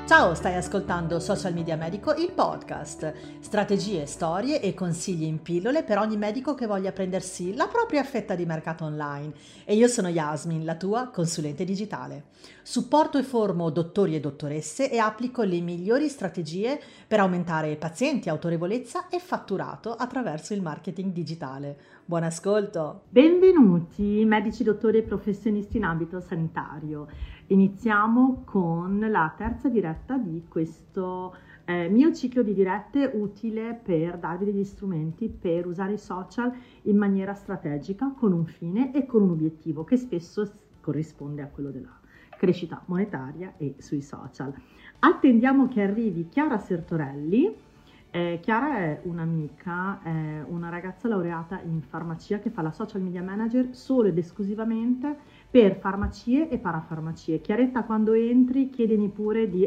Ciao, stai ascoltando Social Media Medico, il podcast. Strategie, storie e consigli in pillole per ogni medico che voglia prendersi la propria fetta di mercato online. E io sono Yasmin, la tua consulente digitale. Supporto e formo dottori e dottoresse e applico le migliori strategie per aumentare pazienti, autorevolezza e fatturato attraverso il marketing digitale. Buon ascolto! Benvenuti medici, dottori e professionisti in ambito sanitario. Iniziamo con la terza diretta di questo mio ciclo di dirette utile per darvi degli strumenti per usare i social in maniera strategica, con un fine e con un obiettivo che spesso corrisponde a quello della crescita monetaria e sui social. Attendiamo che arrivi Chiara Sertorelli. Chiara è un'amica, è una ragazza laureata in farmacia che fa la social media manager solo ed esclusivamente per farmacie e parafarmacie. Chiaretta, quando entri chiedimi pure di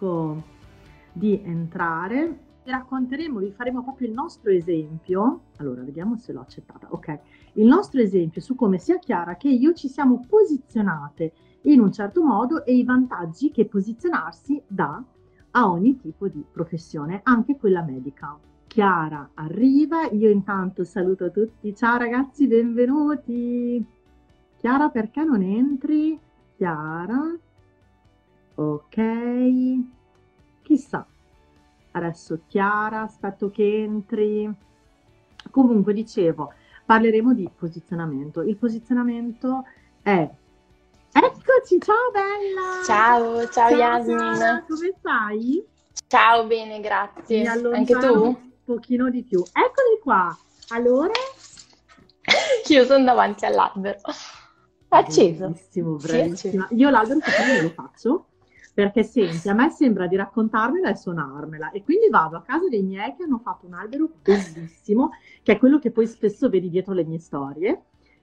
entrare. Vi faremo proprio il nostro esempio. Allora, vediamo se l'ho accettata. Ok, il nostro esempio su come sia Chiara che io ci siamo posizionate in un certo modo e i vantaggi che posizionarsi dà a ogni tipo di professione, anche quella medica. Chiara arriva, io intanto saluto tutti. Ciao ragazzi, benvenuti. Chiara, perché non entri? Chiara, ok, chissà. Adesso Chiara, aspetto che entri. Comunque dicevo, parleremo di posizionamento. Il posizionamento è... Eccoci, ciao bella! Ciao, ciao Yasmin. Chiara, come stai? Ciao, bene, Mi grazie. Anche allontano tu? un pochino di più. Eccoli qua. Allora, Io sono davanti all'albero. È acceso? bravissimo, Sì, è acceso. bravissima. Io l'albero sapete non lo faccio perché senti, a me sembra di raccontarmela e suonarmela e quindi vado a casa dei miei che hanno fatto un albero bellissimo, che è quello che poi spesso vedi dietro le mie storie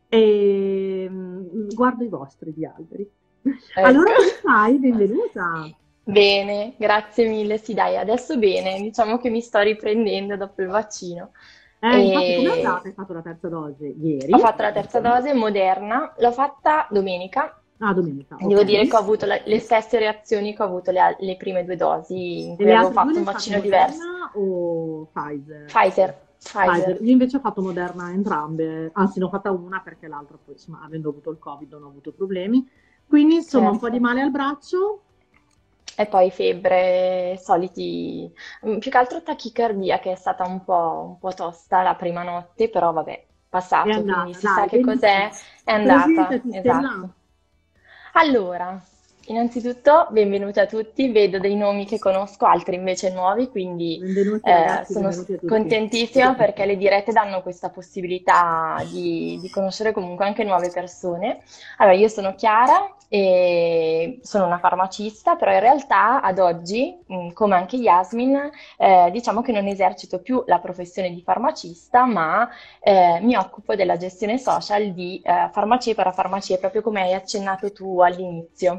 e guardo i vostri di alberi. Allora, Ecco. come stai? Benvenuta. Bene, grazie mille. Sì, dai, adesso bene. Diciamo che mi sto riprendendo dopo il vaccino. Infatti, com'è andata? E Hai fatto la terza dose ho ieri? fatto la terza dose Moderna, l'ho fatta domenica. Ah, domenica, Devo ok. dire che ho avuto le stesse reazioni che ho avuto le prime due dosi in E cui le avevo altre due fatto le un hai fatte vaccino diverso. Moderna o Pfizer? Pfizer, Pfizer. Pfizer. Io invece ho fatto Moderna entrambe, anzi ne ho fatta una perché l'altra poi, insomma, avendo avuto il Covid non ho avuto problemi. Quindi, insomma, un po' di Certo. male al braccio. E poi febbre, soliti, più che altro tachicardia che è stata un po' tosta la prima notte, però vabbè, È passato, quindi andata, si sa dai, che cos'è, benissimo. è andata, Presentati, Stella. esatto. Allora, innanzitutto, benvenuti a tutti, vedo dei nomi che conosco, altri invece nuovi, quindi Benvenuti ragazzi, sono benvenuti a tutti. contentissima perché le dirette danno questa possibilità di conoscere comunque anche nuove persone. Allora, io sono Chiara e sono una farmacista, però in realtà ad oggi, come anche Yasmin, diciamo che non esercito più la professione di farmacista, ma mi occupo della gestione social di farmacie e parafarmacie, proprio come hai accennato tu all'inizio.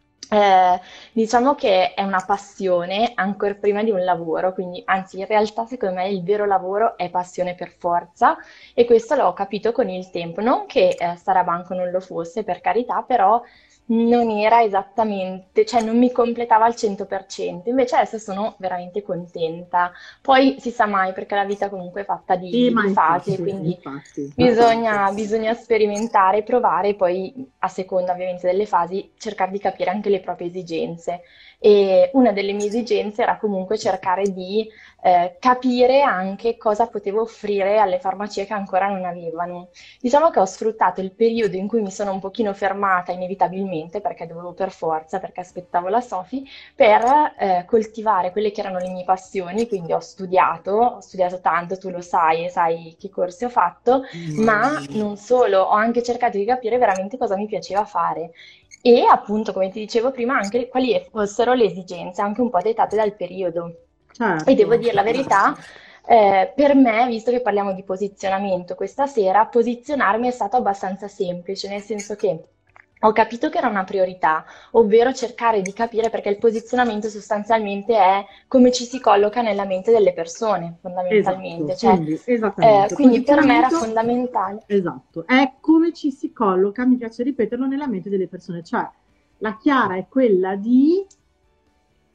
Eh, diciamo che è una passione ancora prima di un lavoro, quindi anzi in realtà secondo me il vero lavoro è passione per forza e questo l'ho capito con il tempo, non che stare a banco non lo fosse per carità, però non era esattamente, cioè non mi completava al 100%, invece adesso sono veramente contenta. Poi si sa mai perché la vita comunque è fatta Sì, ma di fasi, infatti, quindi infatti. bisogna sperimentare, provare, e poi a seconda ovviamente delle fasi cercare di capire anche le proprie esigenze. E una delle mie esigenze era comunque cercare di capire anche cosa potevo offrire alle farmacie che ancora non avevano. Diciamo che ho sfruttato il periodo in cui mi sono un pochino fermata inevitabilmente, perché dovevo per forza, perché aspettavo la Sofi, per coltivare quelle che erano le mie passioni, quindi ho studiato tanto, tu lo sai e sai che corsi ho fatto, ma non solo, ho anche cercato di capire veramente cosa mi piaceva fare. E appunto, come ti dicevo prima, anche quali fossero le esigenze, anche un po' dettate dal periodo. E devo Certo, dire la verità, certo. per me, visto che parliamo di posizionamento questa sera, posizionarmi è stato abbastanza semplice, nel senso che ho capito che era una priorità, ovvero cercare di capire perché il posizionamento sostanzialmente è come ci si colloca nella mente delle persone, Esatto, fondamentalmente. Cioè, quindi esattamente, quindi per me era posizionamento, fondamentale. esatto, è come ci si colloca, mi piace ripeterlo, nella mente delle persone, cioè la Chiara è quella di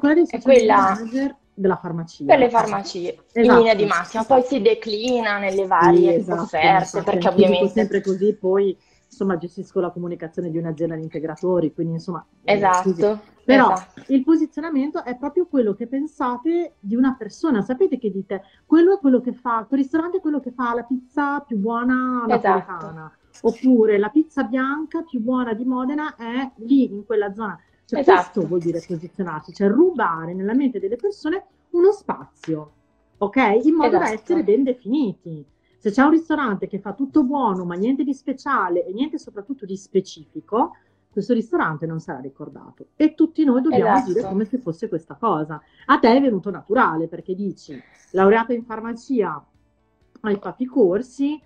quella dei è social media quella manager della farmacia. per le farmacie, in Esatto, linea di massima, poi si declina nelle sì, varie esatto, ma offerte, infatti perché anche io dico ovviamente, sempre così, poi insomma gestisco la comunicazione di un'azienda di integratori, quindi insomma così. esatto, Però esatto, il posizionamento è proprio quello che pensate di una persona, sapete che dite, quello è quello che fa, quel ristorante è quello che fa la pizza più buona esatto, napoletana, oppure la pizza bianca più buona di Modena è lì, in quella zona. Cioè, questo esatto, vuol dire posizionarsi, cioè rubare nella mente delle persone uno spazio, ok? In modo da essere esatto, ben definiti. Se c'è un ristorante che fa tutto buono, ma niente di speciale e niente soprattutto di specifico, questo ristorante non sarà ricordato. E tutti noi dobbiamo agire esatto. come se fosse questa cosa. A te è venuto naturale perché dici, laureata in farmacia, hai fatto i corsi,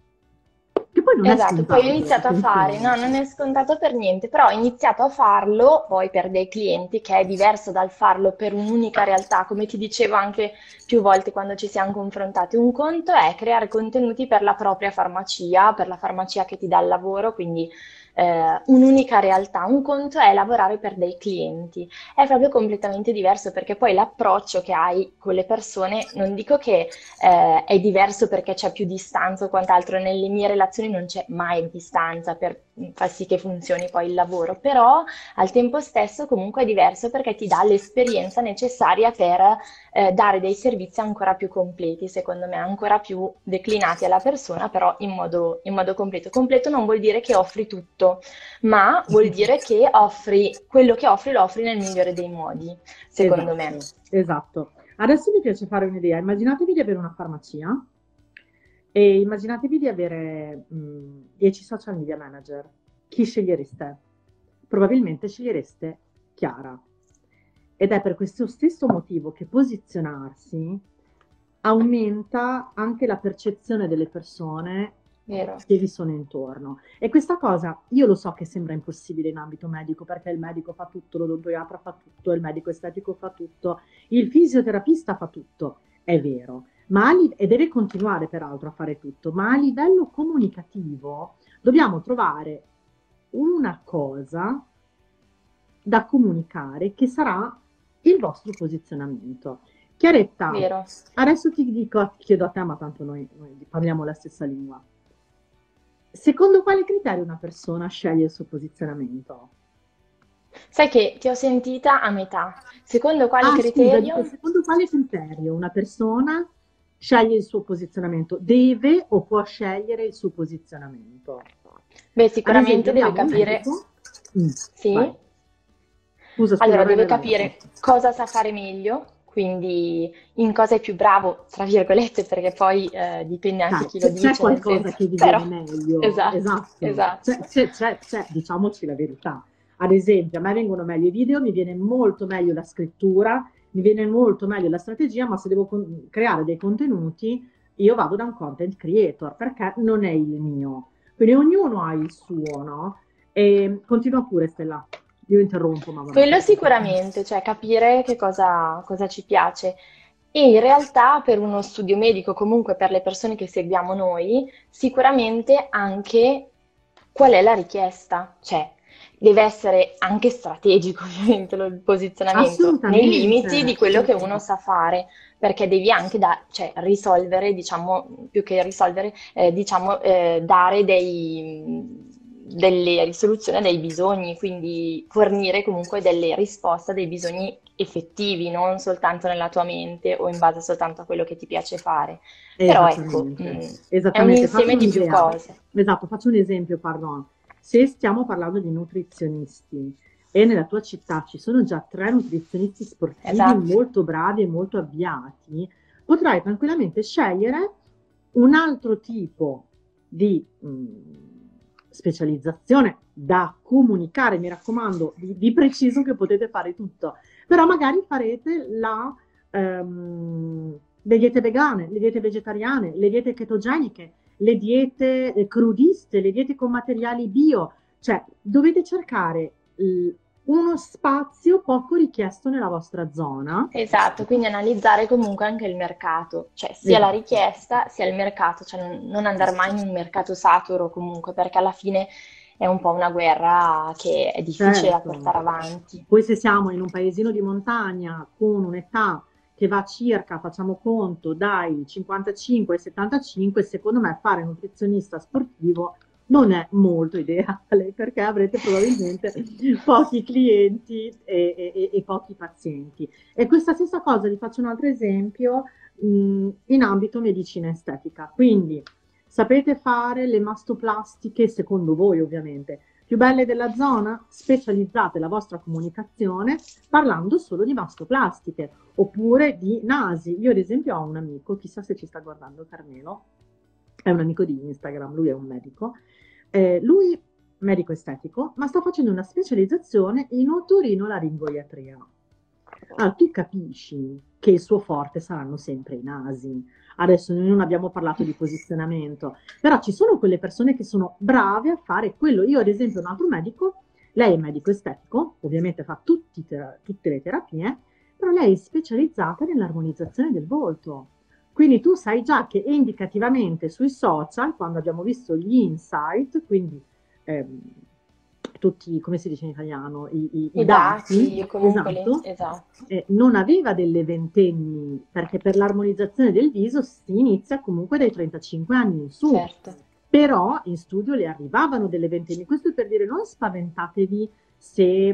che poi non è Esatto, poi ho scontato, iniziato a fare, no, attenzione. non è scontato per niente, però ho iniziato a farlo poi per dei clienti, che è diverso dal farlo per un'unica realtà, come ti dicevo anche più volte quando ci siamo confrontati. Un conto è creare contenuti per la propria farmacia, per la farmacia che ti dà il lavoro, quindi un'unica realtà. Un conto è lavorare per dei clienti. È proprio completamente diverso perché poi l'approccio che hai con le persone, non dico che è diverso perché c'è più distanza o quant'altro, nelle mie relazioni non c'è mai distanza per far sì che funzioni poi il lavoro, però al tempo stesso comunque è diverso perché ti dà l'esperienza necessaria per dare dei servizi ancora più completi, secondo me, ancora più declinati alla persona, però in modo completo. Completo non vuol dire che offri tutto, ma vuol dire che offri quello che offri, lo offri nel migliore dei modi, secondo me. Esatto, esatto. Adesso mi piace fare un'idea. Immaginatevi di avere una farmacia e immaginatevi di avere 10 social media manager. Chi scegliereste? Probabilmente scegliereste Chiara. Ed è per questo stesso motivo che posizionarsi aumenta anche la percezione delle persone Vero? che vi sono intorno. E questa cosa io lo so che sembra impossibile in ambito medico, perché il medico fa tutto, l'odontoiatra fa tutto, il medico estetico fa tutto, il fisioterapista fa tutto, è vero, e deve continuare peraltro a fare tutto, ma a livello comunicativo dobbiamo trovare una cosa da comunicare che sarà il vostro posizionamento. Chiaretta, Vero? adesso ti dico, chiedo a te, ma tanto noi parliamo la stessa lingua. Secondo quale criterio una persona sceglie il suo posizionamento? Sai che ti ho sentita a metà. Secondo quale Ah, scusa, dico, criterio? secondo quale criterio una persona sceglie il suo posizionamento? Deve o può scegliere il suo posizionamento? Beh, Ad esempio, sicuramente deve abbiamo un capire, medico. Vai. sì. Scusa, Allora, vai deve veloce. capire cosa sa fare meglio, quindi in cosa è più bravo, tra virgolette, perché poi dipende anche chi lo C'è dice, nel qualcosa senso, che vi però, viene meglio, esatto, esatto, esatto, diciamoci la verità. Ad esempio, a me vengono meglio i video, mi viene molto meglio la scrittura, mi viene molto meglio la strategia, ma se devo creare dei contenuti, io vado da un content creator perché non è il mio. Quindi ognuno ha il suo, no? E continua pure, Stella. Io interrompo, ma vabbè. quello sicuramente, cioè capire che cosa ci piace. E in realtà per uno studio medico, comunque per le persone che seguiamo noi, sicuramente anche qual è la richiesta, cioè deve essere anche strategico ovviamente il posizionamento, nei Assolutamente. limiti di quello che uno sa fare, perché devi anche cioè, risolvere, diciamo, più che risolvere, diciamo, dare delle risoluzioni a dei bisogni, quindi fornire comunque delle risposte a dei bisogni effettivi, non soltanto nella tua mente o in base soltanto a quello che ti piace fare. Però ecco, Esattamente, è un esattamente. Faccio insieme di più un'idea. cose. Esatto, faccio un esempio, pardon. Se stiamo parlando di nutrizionisti e nella tua città ci sono già 3 nutrizionisti sportivi Esatto, molto bravi e molto avviati, potrai tranquillamente scegliere un altro tipo di specializzazione da comunicare. Mi raccomando, di preciso che potete fare tutto, però magari farete le diete vegane, le diete vegetariane, le diete chetogeniche, le diete crudiste, le diete con materiali bio, cioè dovete cercare uno spazio poco richiesto nella vostra zona. esatto, quindi analizzare comunque anche il mercato, cioè sia la Esatto. richiesta sia il mercato, cioè non andare mai in un mercato saturo comunque, perché alla fine è un po' una guerra che è difficile da Certo. portare avanti. Poi se siamo in un paesino di montagna con un'età che va circa, facciamo conto, dai 55 ai 75, secondo me fare nutrizionista sportivo non è molto ideale perché avrete probabilmente pochi clienti e pochi pazienti. E questa stessa cosa, vi faccio un altro esempio, in ambito medicina estetica. Quindi sapete fare le mastoplastiche, secondo voi ovviamente, più belle della zona? Specializzate la vostra comunicazione parlando solo di mastoplastiche oppure di nasi. Io ad esempio ho un amico, chissà se ci sta guardando Carmelo, è un amico di Instagram, lui è un medico, lui medico estetico, ma sta facendo una specializzazione in otorinolaringoiatria. Allora, tu capisci che il suo forte saranno sempre i nasi. Adesso noi non abbiamo parlato di posizionamento, però ci sono quelle persone che sono brave a fare quello. Io, ad esempio, un altro medico, lei è medico estetico, ovviamente fa tutte le terapie, però lei è specializzata nell'armonizzazione del volto. Quindi tu sai già che indicativamente sui social, quando abbiamo visto gli insight, quindi ehm, tutti, come si dice in italiano, i I dati, dati, comunque, esatto, esatto, non aveva delle ventenni, perché per l'armonizzazione del viso si inizia comunque dai 35 anni in su, certo. però in studio le arrivavano delle ventenni. Questo è per dire non spaventatevi se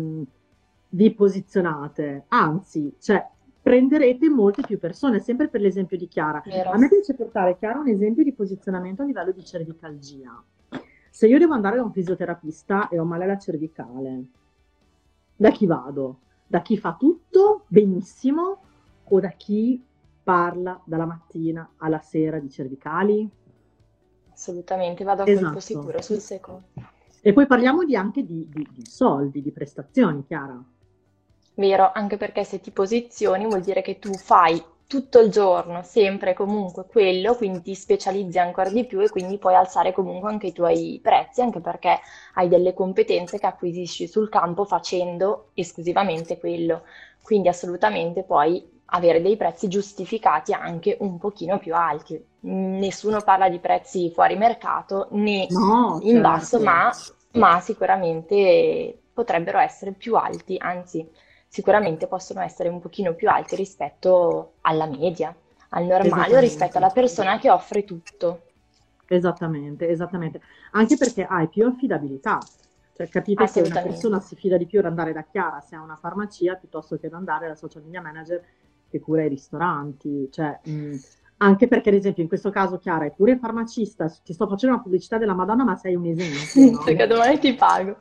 vi posizionate, anzi, cioè prenderete molte più persone, sempre per l'esempio di Chiara. A Vero? me piace portare Chiara un esempio di posizionamento a livello di cervicalgia. Se io devo andare da un fisioterapista e ho male alla cervicale, da chi vado? Da chi fa tutto benissimo o da chi parla dalla mattina alla sera di cervicali? Assolutamente, vado a colpo Esatto. sicuro sul secondo. E poi parliamo anche di soldi, di prestazioni, Chiara. Vero, anche perché se ti posizioni vuol dire che tu fai tutto il giorno, sempre e comunque quello, quindi ti specializzi ancora di più e quindi puoi alzare comunque anche i tuoi prezzi, anche perché hai delle competenze che acquisisci sul campo facendo esclusivamente quello. Quindi assolutamente puoi avere dei prezzi giustificati anche un pochino più alti. Nessuno parla di prezzi fuori mercato né No, in basso, certo. ma sicuramente potrebbero essere più alti, anzi sicuramente possono essere un pochino più alti rispetto alla media, al normale o rispetto Esattamente. alla persona che offre tutto. Esattamente, esattamente. Anche perché hai più affidabilità. Cioè, capite che una persona Assolutamente. si fida di più ad andare da Chiara se ha una farmacia piuttosto che ad andare da social media manager che cura i ristoranti. Cioè, anche perché, ad esempio, in questo caso, Chiara è pure farmacista, ti sto facendo una pubblicità della Madonna, ma sei un esempio, Perché no? domani ti pago.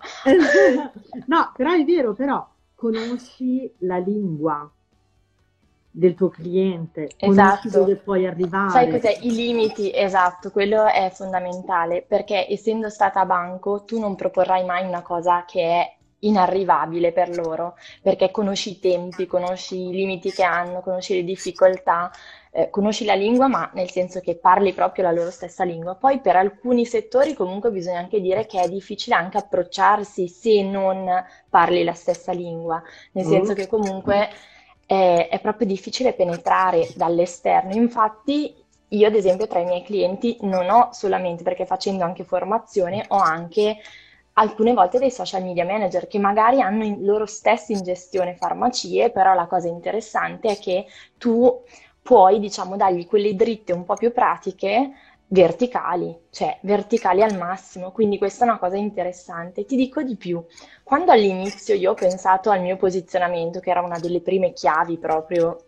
No, però è vero, però conosci la lingua del tuo cliente, conosci dove Esatto. puoi Sai arrivare. cos'è? I limiti, esatto, quello è fondamentale, perché essendo stata a banco, tu non proporrai mai una cosa che è inarrivabile per loro, perché conosci i tempi, conosci i limiti che hanno, conosci le difficoltà, conosci la lingua, ma nel senso che parli proprio la loro stessa lingua. Poi per alcuni settori comunque bisogna anche dire che è difficile anche approcciarsi se non parli la stessa lingua, nel senso Oh, che comunque è proprio difficile penetrare dall'esterno. Infatti, io, ad esempio, tra i miei clienti non ho solamente, perché facendo anche formazione, ho anche alcune volte dei social media manager che magari hanno loro stessi in gestione farmacie, però la cosa interessante è che tu puoi, diciamo, dargli quelle dritte un po' più pratiche. Verticali, cioè verticali al massimo, quindi questa è una cosa interessante. Ti dico di più, quando all'inizio io ho pensato al mio posizionamento, che era una delle prime chiavi proprio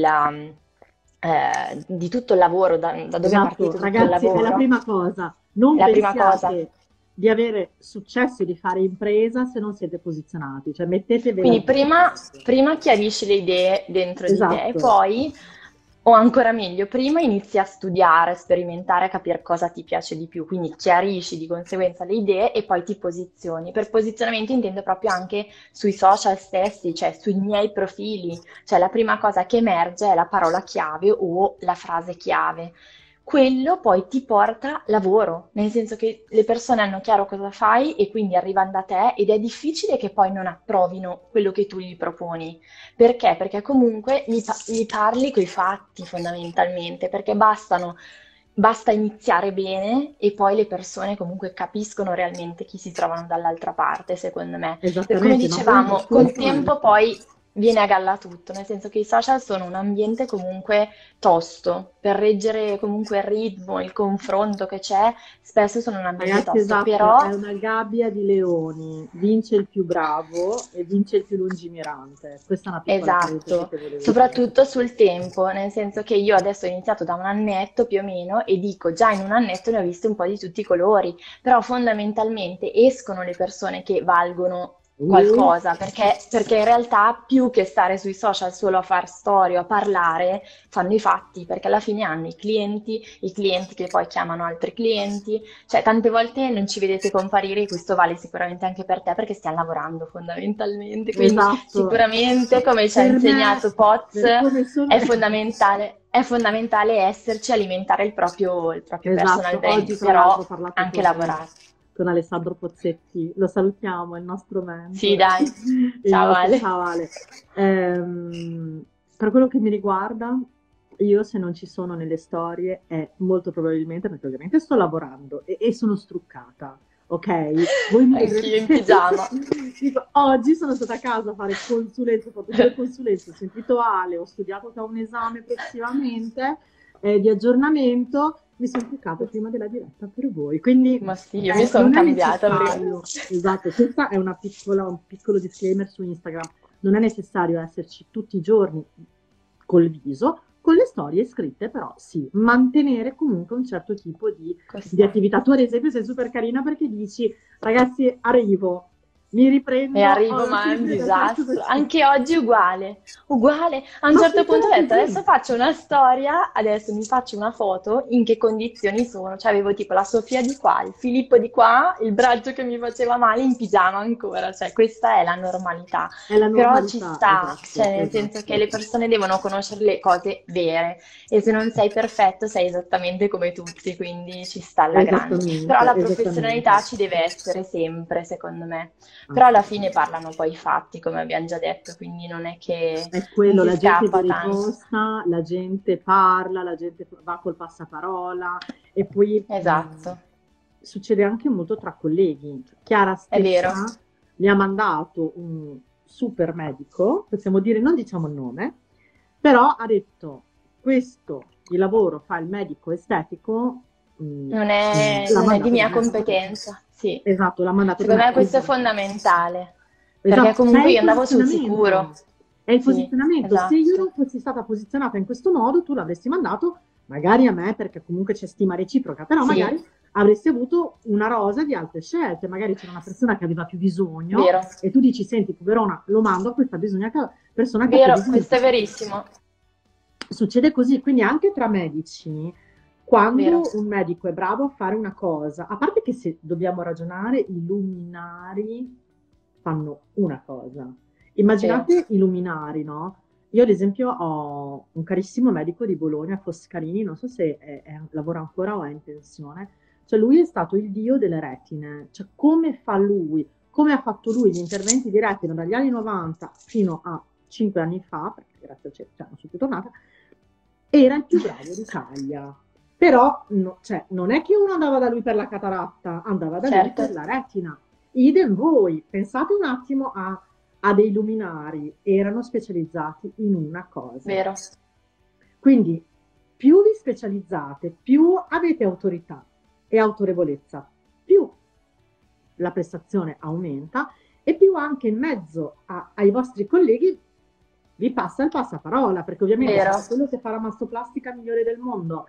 di tutto il lavoro, da dove è esatto, partito tutto il ragazzi, è la lavoro, prima cosa. Non la prima cosa. pensiate di avere successo e di fare impresa se non siete posizionati, cioè mettetevela Quindi lì. prima chiarisci le idee dentro di te e Esatto, poi, o ancora meglio, prima inizi a studiare, a sperimentare, a capire cosa ti piace di più. Quindi chiarisci di conseguenza le idee e poi ti posizioni. Per posizionamento intendo proprio anche sui social stessi, cioè sui miei profili. Cioè la prima cosa che emerge è la parola chiave o la frase chiave. Quello poi ti porta lavoro, nel senso che le persone hanno chiaro cosa fai e quindi arrivano da te ed è difficile che poi non approvino quello che tu gli proponi. Perché? Perché comunque gli parli coi fatti fondamentalmente, perché bastano basta iniziare bene e poi le persone comunque capiscono realmente chi si trovano dall'altra parte, secondo me. Come Esattamente, ma poi il dicevamo, col discorso è... tempo poi viene a galla tutto, nel senso che i social sono un ambiente comunque tosto, per reggere comunque il ritmo, il confronto che c'è, spesso sono un ambiente Ragazzi, tosto, esatto, però è una gabbia di leoni, vince il più bravo e vince il più lungimirante. Questa è una piccola parentesi esatto, che volevo dire. soprattutto sul tempo, nel senso che io adesso ho iniziato da un annetto più o meno e dico già in un annetto ne ho viste un po' di tutti i colori, però fondamentalmente escono le persone che valgono Uh, qualcosa, perché in realtà più che stare sui social solo a far storie o a parlare, fanno i fatti, perché alla fine hanno i clienti che poi chiamano altri clienti, cioè tante volte non ci vedete comparire, e questo vale sicuramente anche per te perché stiamo lavorando fondamentalmente, quindi esatto. sicuramente, come ci ha Per me, insegnato Poz, per come sono... è fondamentale esserci, alimentare il proprio personal Esatto, brand, oggi tra l'altro ho però parlato anche lavorare. con Alessandro Pozzetti, lo salutiamo, è il nostro Sì, mentore, dai. il Ciao nostro Ale. ciao Ale. Per quello che mi riguarda, io se non ci sono nelle storie è molto probabilmente perché ovviamente sto lavorando e sono struccata, ok? Voi mi Anch'io in vedrete, pigiama. tipo, oggi sono stata a casa a fare consulenze, ho fatto 2 consulenze, ho sentito Ale, ho studiato che ho un esame prossimamente di aggiornamento, mi sono truccata prima della diretta per voi, quindi Ma sì, io mi sono non è cambiata prima. necessario, esatto, questa è un piccolo disclaimer su Instagram, non è necessario esserci tutti i giorni col viso, con le storie scritte però sì, mantenere comunque un certo tipo di Costante. attività. Tu ad esempio sei super carina perché dici, ragazzi, arrivo, mi E riprendo, arrivo, ma è un sempre da questo, disastro. questo. Anche oggi uguale, uguale. A un Ma certo punto ho funziona detto, così. adesso faccio una storia, adesso mi faccio una foto, in che condizioni sono. Cioè avevo tipo la Sofia di qua, il Filippo di qua, il braccio che mi faceva male in pigiama ancora. Cioè questa è la normalità. È la Però ci normalità, sta, esatto, cioè nel senso che esatto, le persone devono conoscere le cose vere e se non sei perfetto sei esattamente come tutti, quindi ci sta alla grande. Però esattamente, la esattamente. professionalità ci deve essere sempre, secondo me. Però alla fine Assolutamente. parlano poi i fatti, come abbiamo già detto, quindi non è che È non quello, si la gente vi scappa tanto. riposta, la gente parla, la gente va col passaparola e poi Esatto, succede anche molto tra colleghi. Chiara è vero, stessa mi ha mandato un super medico, possiamo dire, non diciamo il nome, però ha detto questo di lavoro fa il medico estetico, non è, l'ha non è di mandato da mia me. competenza, sì. Esatto, l'ha mandato da Secondo me. me questo è fondamentale, perché Esatto, è comunque il io andavo sul sicuro. posizionamento. È il Sì, posizionamento. Se io esatto, non fossi stata posizionata in questo modo, tu l'avresti mandato magari a me, perché comunque c'è stima reciproca, però sì, magari avresti avuto una rosa di altre scelte. Magari c'era una persona che aveva più bisogno vero, e tu dici, senti, poverona, lo mando a questa persona che ha più vero, bisogno. questo è verissimo, Succede così, quindi anche tra medici, vero, quando un medico è bravo a fare una cosa, a parte che se dobbiamo ragionare, i luminari fanno una cosa. vero, Immaginate i luminari, no? Io ad esempio ho un carissimo medico di Bologna, Foscarini, non so se lavora ancora o è in pensione, cioè lui è stato il dio delle retine, cioè come fa lui, come ha fatto lui gli interventi di retina dagli anni 90 fino a 5 anni fa, perché grazie al cielo cioè, non sono più tornata, era il più bravo d'Italia. Però cioè, non è che uno andava da lui per la cataratta, andava da lui certo, per la retina. Idem voi, pensate un attimo a dei luminari, erano specializzati in una cosa. vero, Quindi più vi specializzate, più avete autorità e autorevolezza, più la prestazione aumenta e più anche in mezzo ai vostri colleghi vi passa il passaparola, perché ovviamente se vero. c'è quello che fa la mastoplastica migliore del mondo,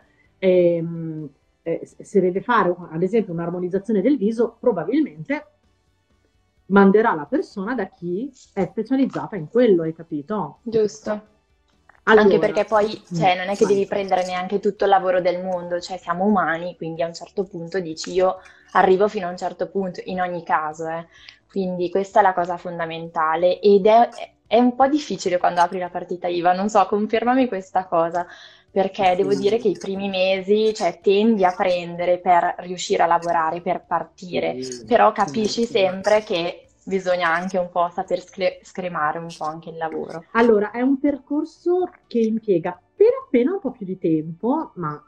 se deve fare ad esempio un'armonizzazione del viso, probabilmente manderà la persona da chi è specializzata in quello, hai capito? Giusto. Anche Allora, perché poi, cioè, non è che vai. devi prendere neanche tutto il lavoro del mondo, cioè siamo umani, quindi a un certo punto dici io arrivo fino a un certo punto, in ogni caso, eh. Quindi questa è la cosa fondamentale ed è un po' difficile quando apri la partita IVA, non so, confermami questa cosa, perché devo dire che i primi mesi, cioè, tendi a prendere per riuscire a lavorare, per partire, però capisci sempre che bisogna anche un po' saper scremare un po' anche il lavoro. Allora, è un percorso che impiega appena un po' più di tempo, ma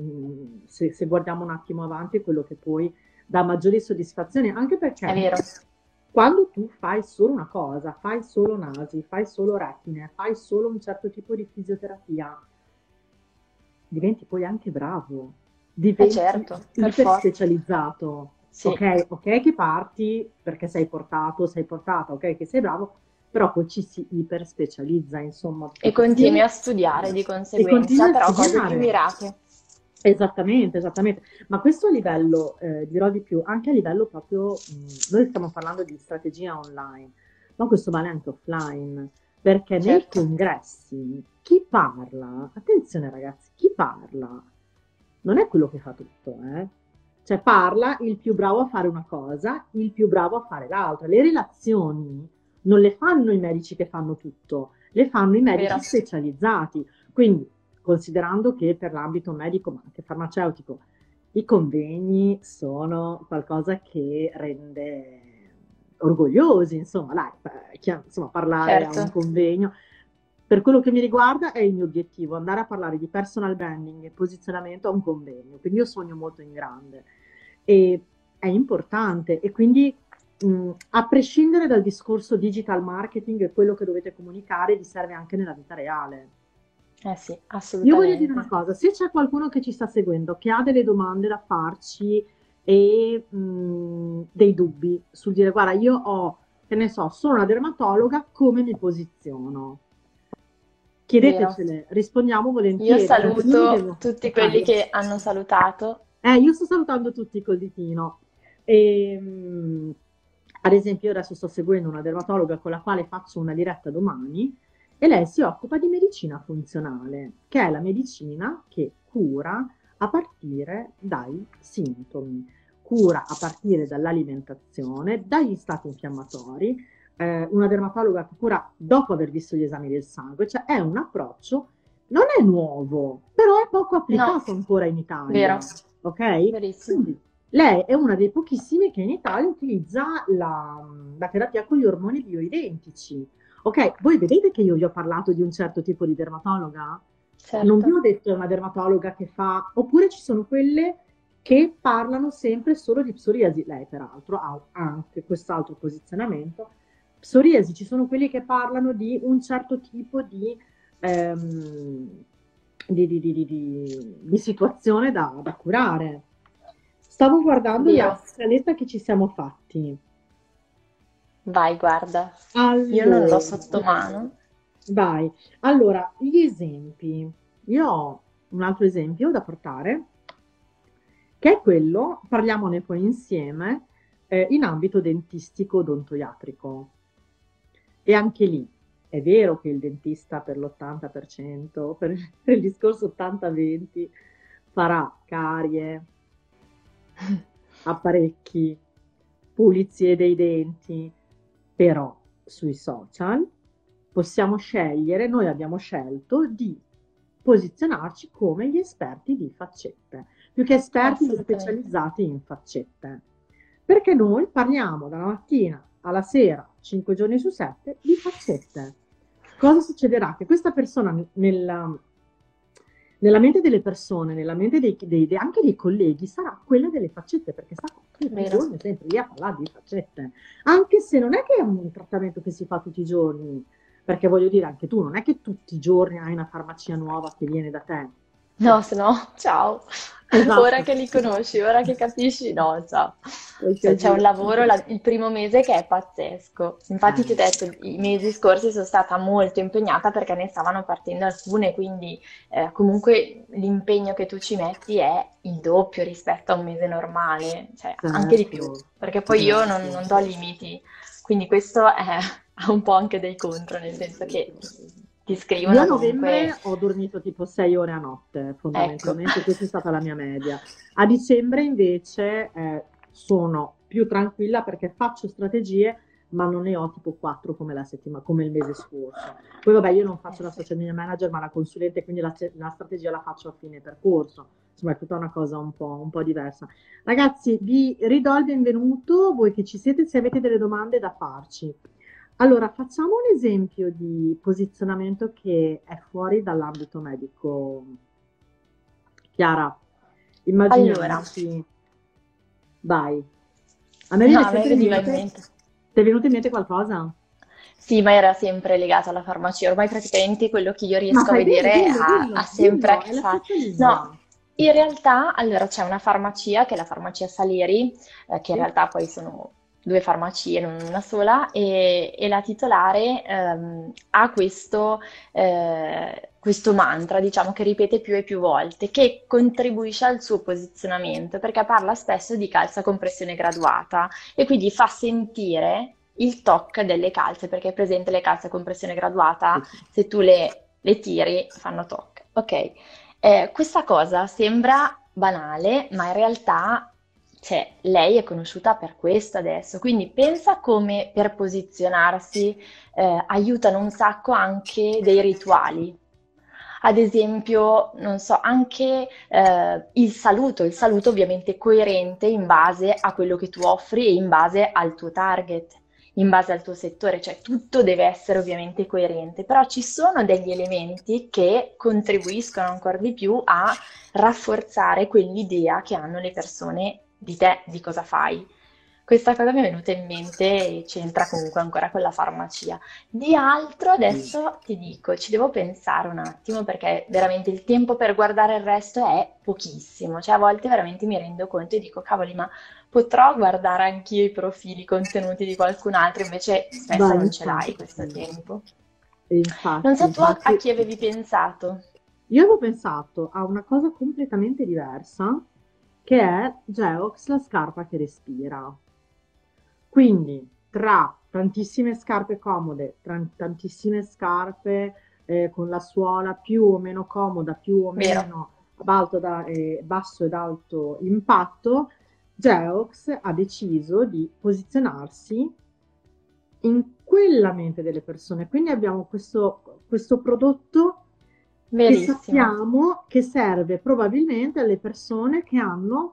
se guardiamo un attimo avanti è quello che poi dà maggiori soddisfazioni, anche È perché vero, quando tu fai solo una cosa, fai solo nasi, fai solo retine, fai solo un certo tipo di fisioterapia, diventi poi anche bravo, diventi certo, per iper forza. specializzato. Sì, Ok, ok che parti perché sei portato, sei portata, ok che sei bravo, però poi ci si iper specializza, insomma, e perché continui io a studiare di e conseguenza, continui a però cose più studiare. mirate. Esattamente, esattamente. Ma questo a livello, dirò di più, anche a livello proprio, noi stiamo parlando di strategia online, ma questo vale anche offline, perché nei Certo, congressi chi parla, attenzione ragazzi, chi parla non è quello che fa tutto, eh? Cioè parla il più bravo a fare una cosa, il più bravo a fare l'altra. Le relazioni non le fanno i medici che fanno tutto, le fanno i medici vero. specializzati. Quindi, considerando che per l'ambito medico, ma anche farmaceutico, i convegni sono qualcosa che rende orgogliosi, insomma, dai, insomma, parlare a Certo, un convegno. Per quello che mi riguarda è il mio obiettivo, andare a parlare di personal branding e posizionamento a un convegno, quindi io sogno molto in grande e è importante e quindi a prescindere dal discorso digital marketing e quello che dovete comunicare, vi serve anche nella vita reale. eh sì, Io voglio dire una assolutamente. cosa, se c'è qualcuno che ci sta seguendo, che ha delle domande da farci e dei dubbi sul dire, guarda, io ho, che ne so, sono una dermatologa, come mi posiziono? Vero. Chiedetecele, rispondiamo Io volentieri, perché io mi saluto devo... tutti quelli Vai. che hanno salutato. Io sto salutando tutti col ditino. E, ad esempio, io adesso sto seguendo una dermatologa con la quale faccio una diretta domani e lei si occupa di medicina funzionale, che è la medicina che cura a partire dai sintomi, cura a partire dall'alimentazione, dagli stati infiammatori. Una dermatologa che cura dopo aver visto gli esami del sangue, cioè è un approccio, non è nuovo, però è poco No, applicato ancora in Italia, vero, ok? verissimo. Quindi lei è una dei pochissimi che in Italia utilizza la terapia con gli ormoni bioidentici. Ok, voi vedete che io vi ho parlato di un certo tipo di dermatologa? Non vi Certo. ho detto è una dermatologa che fa, oppure ci sono quelle che parlano sempre solo di psoriasi. Lei, peraltro, ha anche quest'altro posizionamento. Psoriasi, ci sono quelli che parlano di un certo tipo ehm, di situazione da curare. Stavo guardando la Vero. scaletta che ci siamo fatti. Vai, guarda. Io non l'ho Allora, sotto mano. vai. Allora, gli esempi. Io ho un altro esempio da portare, che è quello, parliamone poi insieme, in ambito dentistico odontoiatrico. E anche lì è vero che il dentista per l'80%, per il discorso 80-20, farà carie, apparecchi, pulizie dei denti, però sui social possiamo scegliere, noi abbiamo scelto di posizionarci come gli esperti di faccette, più che esperti gli Assolutamente. specializzati in faccette, perché noi parliamo dalla mattina alla sera, 5 giorni su 7, di faccette. Cosa succederà? Che questa persona nella mente delle persone, nella mente anche dei colleghi, sarà quella delle faccette, perché sta tutti i Vero. giorni sempre lì a parlare di faccette. Anche se non è che è un trattamento che si fa tutti i giorni, perché voglio dire, anche tu non è che tutti i giorni hai una farmacia nuova che viene da te. No, se no, ciao. Ora Esatto. che li conosci, ora che capisci, no, ciao. È Cioè, c'è un casino. lavoro il primo mese che è pazzesco. Infatti ti ho detto, i mesi scorsi sono stata molto impegnata perché ne stavano partendo alcune, quindi comunque l'impegno che tu ci metti è il doppio rispetto a un mese normale, cioè anche di più, Certo, perché poi io non certo. do limiti, quindi questo ha un po' anche dei contro, nel senso che ti Io a scrivono comunque, novembre ho dormito tipo 6 ore a notte, ecco. fondamentalmente, questa è stata la mia media. A dicembre invece sono più tranquilla perché faccio strategie, ma non ne ho tipo 4 come la settimana, come il mese scorso. Poi vabbè, io non Eh faccio la sì. social media manager, ma la consulente, quindi la strategia la faccio a fine percorso. Insomma, è tutta una cosa un po' diversa. Ragazzi, vi ridò il benvenuto, voi che ci siete, se avete delle domande da farci. Allora, facciamo un esempio di posizionamento che è fuori dall'ambito medico. Chiara, Allora, immaginiamoci, vai. A me no, viene a me sempre in veniva in mente, mente. ti è venuto in mente qualcosa? Sì, ma era sempre legato alla farmacia. Ormai praticamente quello che io Ma riesco a fai bene, vedere dillo, ha dillo, sempre a dillo, che è la fare. stessa No, lingua. in realtà, allora c'è una farmacia che è la farmacia Salieri, che in Sì? realtà poi sono due farmacie, non una sola, e la titolare ha questo mantra, diciamo, che ripete più e più volte, che contribuisce al suo posizionamento, perché parla spesso di calza compressione graduata e quindi fa sentire il toc delle calze, perché è presente le calze a compressione graduata, Sì, sì. se tu le tiri fanno toc. Ok, questa cosa sembra banale, ma in realtà cioè, lei è conosciuta per questo adesso, quindi pensa come per posizionarsi aiutano un sacco anche dei rituali. Ad esempio, non so, anche il saluto ovviamente coerente in base a quello che tu offri e in base al tuo target, in base al tuo settore, cioè tutto deve essere ovviamente coerente, però ci sono degli elementi che contribuiscono ancora di più a rafforzare quell'idea che hanno le persone di te, di cosa fai. Questa cosa mi è venuta in mente e c'entra comunque ancora con la farmacia. Di altro Sì. adesso ti dico, ci devo pensare un attimo perché veramente il tempo per guardare il resto è pochissimo, cioè a volte veramente mi rendo conto e dico, cavoli, ma potrò guardare anch'io i profili contenuti di qualcun altro, invece spesso Beh, non ce l'hai questo infatti, tempo. Non infatti, so tu a infatti, chi avevi pensato. io avevo pensato a una cosa completamente diversa, che è Geox, la scarpa che respira. Quindi, tra tantissime scarpe comode, tantissime scarpe con la suola più o meno comoda, più o Vero? meno basso ed alto impatto, Geox ha deciso di posizionarsi in quella mente delle persone. Quindi abbiamo questo prodotto che Verissimo. sappiamo che serve probabilmente alle persone che hanno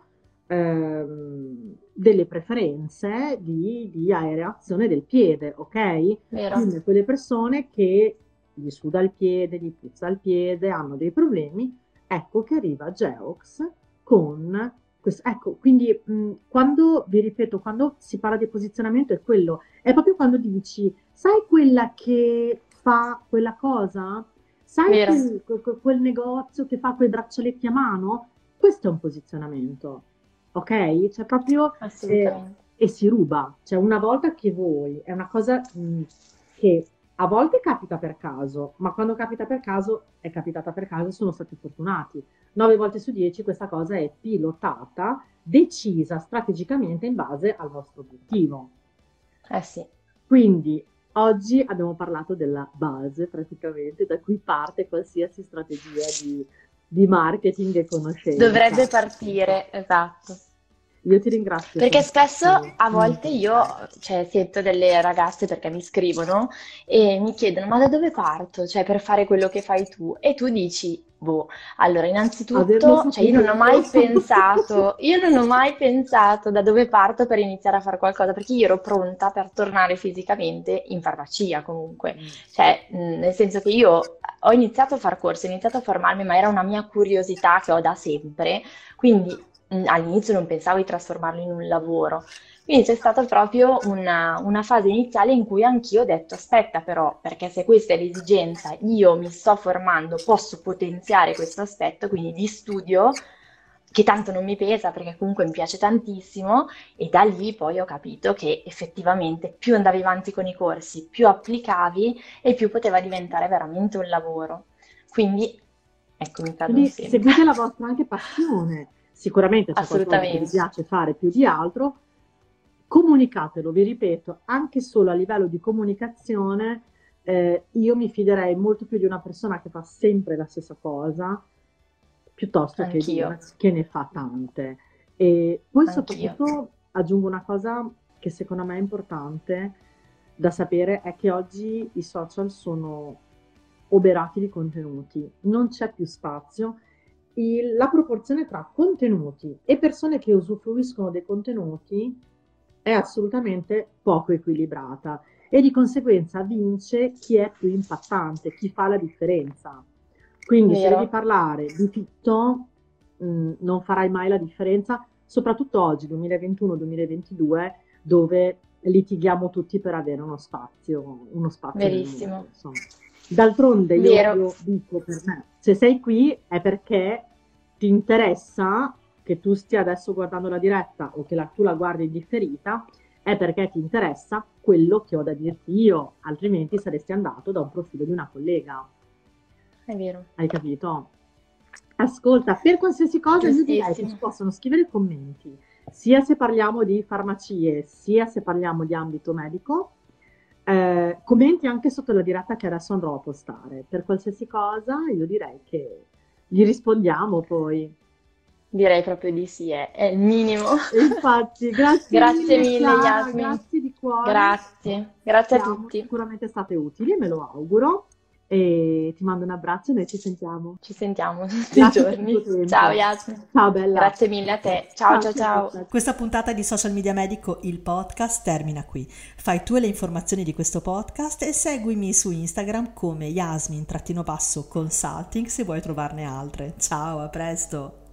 delle preferenze di aereazione del piede, ok? Vero? Quindi quelle persone che gli suda il piede, gli puzza il piede, hanno dei problemi, ecco che arriva Geox con questo. Ecco, quindi quando, vi ripeto, quando si parla di posizionamento è proprio quando dici, sai quella che fa quella cosa? Sai Vero? quel negozio che fa quei braccialetti a mano? Questo è un posizionamento, ok? Cioè proprio, Assolutamente. e si ruba. Cioè una volta che voi, è una cosa che a volte capita per caso, ma quando capita per caso, è capitata per caso e sono stati fortunati. 9 volte su 10 questa cosa è pilotata, decisa strategicamente in base al vostro obiettivo. Eh sì. Quindi oggi abbiamo parlato della base praticamente da cui parte qualsiasi strategia di marketing e Dovrebbe conoscenza. partire, esatto. Io ti ringrazio Perché spesso tantissimo. a volte io, cioè, sento delle ragazze perché mi scrivono e mi chiedono: ma da dove parto? Cioè, per fare quello che fai tu? E tu dici, boh, allora, Averlo innanzitutto, cioè, saputo io. io non ho mai pensato da dove parto per iniziare a fare qualcosa, perché io ero pronta per tornare fisicamente in farmacia comunque. Cioè, nel senso che io ho iniziato a far corsi, ho iniziato a formarmi, ma era una mia curiosità che ho da sempre. Quindi all'inizio non pensavo di trasformarlo in un lavoro. Quindi c'è stata proprio una fase iniziale in cui anch'io ho detto: aspetta, però, perché se questa è l'esigenza, io mi sto formando, posso potenziare questo aspetto, quindi di studio, che tanto non mi pesa perché comunque mi piace tantissimo, e da lì poi ho capito che effettivamente più andavi avanti con i corsi, più applicavi e più poteva diventare veramente un lavoro. Quindi, ecco, mi cade un Quindi seme. seguite la vostra anche passione. Sicuramente c'è qualcosa che vi Assolutamente. piace fare più di altro. Comunicatelo, vi ripeto, anche solo a livello di comunicazione, io mi fiderei molto più di una persona che fa sempre la stessa cosa, piuttosto che di Anch'io, una che ne fa tante. E poi anch'io. soprattutto aggiungo una cosa che secondo me è importante da sapere, è che oggi i social sono oberati di contenuti, non c'è più spazio. La proporzione tra contenuti e persone che usufruiscono dei contenuti è assolutamente poco equilibrata e di conseguenza vince chi è più impattante, chi fa la differenza. Quindi se devi Vero, parlare di tutto, non farai mai la differenza, soprattutto oggi, 2021-2022, dove litighiamo tutti per avere uno spazio nel mondo, verissimo, insomma. D'altronde vero, io dico per me, se sei qui è perché ti interessa che tu stia adesso guardando la diretta o che tu la guardi in differita, è perché ti interessa quello che ho da dirti io, altrimenti saresti andato da un profilo di una collega. è vero, Hai capito? Ascolta, per qualsiasi cosa io direi che ci giustissimo. possono scrivere commenti, sia se parliamo di farmacie, sia se parliamo di ambito medico. Commenti anche sotto la diretta che adesso andrò a postare. Per qualsiasi cosa io direi che gli rispondiamo poi. Direi proprio di sì, è il minimo. E infatti, grazie Grazie mille mille, Chiara, Yasmin. grazie di cuore. Grazie a Siamo tutti. sicuramente state utili, me lo auguro. E ti mando un abbraccio e noi ci sentiamo. Ci sentiamo tutti i Grazie per il tuo giorni. Ciao, tempo. Yasmin. Ciao bella. Grazie mille a te. Ciao, Ciao ciao, ciao. Chiara. Questa puntata di Social Media Medico, il podcast, termina qui. Fai tu le informazioni di questo podcast e seguimi su Instagram come Yasmin-consulting se vuoi trovarne altre. Ciao, a presto!